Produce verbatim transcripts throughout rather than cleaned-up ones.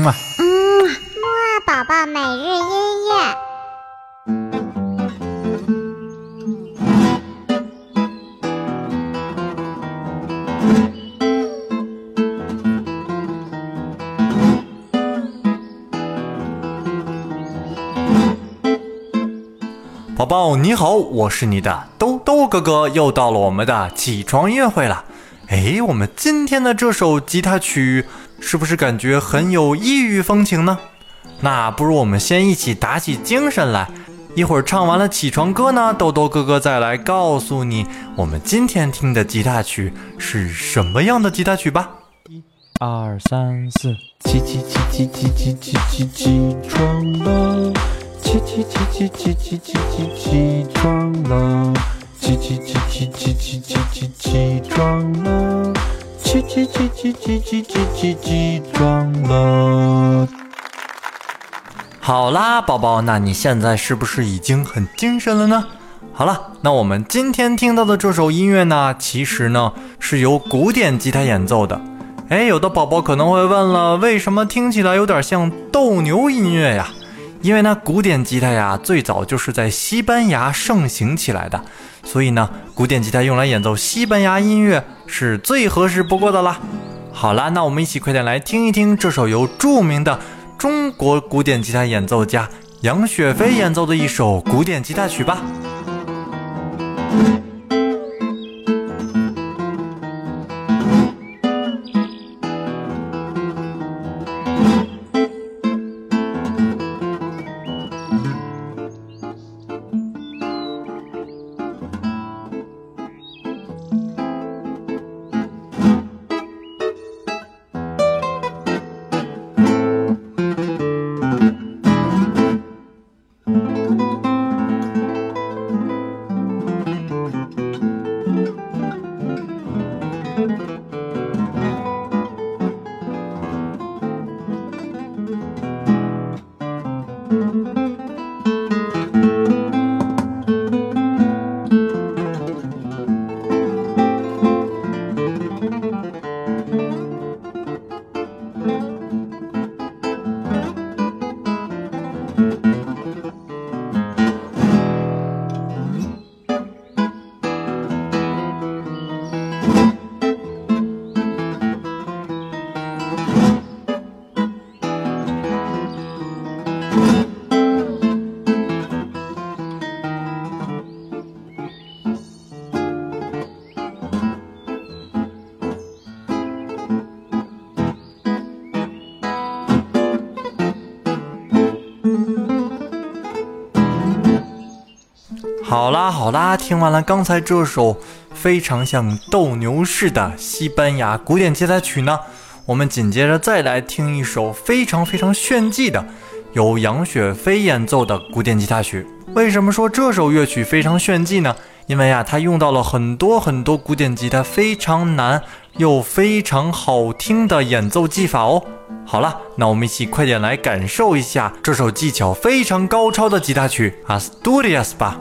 嗯啊， 嗯，木二宝宝每日音乐。 宝宝你好，我是你的兜兜哥哥，又到了我们的起床音乐会了。诶，我们今天的这首吉他曲是不是感觉很有异域风情呢？那不如我们先一起打起精神来，一会儿唱完了起床歌呢，兜兜哥哥再来告诉你我们今天听的吉他曲是什么样的吉他曲吧。 一二三四，起起起起起起起起起床了，起起起起起起起起起床了，起起起起起起起起起床了，起起起起起起起起起床了。 好啦，宝宝，那你现在是不是已经很精神了呢？好了，那我们今天听到的这首音乐呢，其实呢是由古典吉他演奏的。哎，有的宝宝可能会问了，为什么听起来有点像斗牛音乐呀？因为呢，古典吉他呀，最早就是在西班牙盛行起来的，所以呢，古典吉他用来演奏西班牙音乐是最合适不过的啦。好啦，那我们一起快点来听一听这首由著名的中国古典吉他演奏家杨雪飞演奏的一首古典吉他曲吧。好啦好啦，听完了刚才这首非常像斗牛士的西班牙古典吉他曲呢，我们紧接着再来听一首非常非常炫技的由杨雪飞演奏的古典吉他曲。为什么说这首乐曲非常炫技呢？因为啊，它用到了很多很多古典吉他非常难又非常好听的演奏技法哦。好了，那我们一起快点来感受一下这首技巧非常高超的吉他曲 Asturias 吧。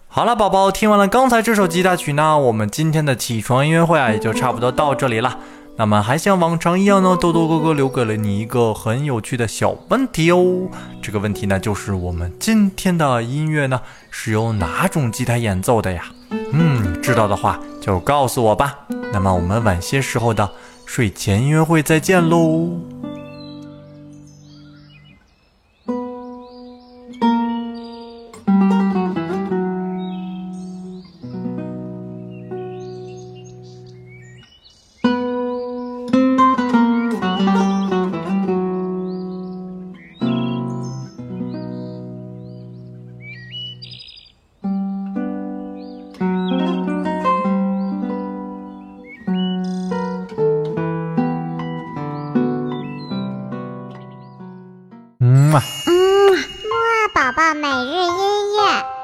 好了，宝宝，听完了刚才这首吉他曲呢，我们今天的起床音乐会啊，也就差不多到这里了。那么还像往常一样呢，豆豆哥哥留给了你一个很有趣的小问题哦。这个问题呢，就是我们今天的音乐呢，是由哪种吉他演奏的呀？嗯，知道的话就告诉我吧。那么我们晚些时候的睡前音乐会再见喽。 嗯，木二宝宝每日音乐。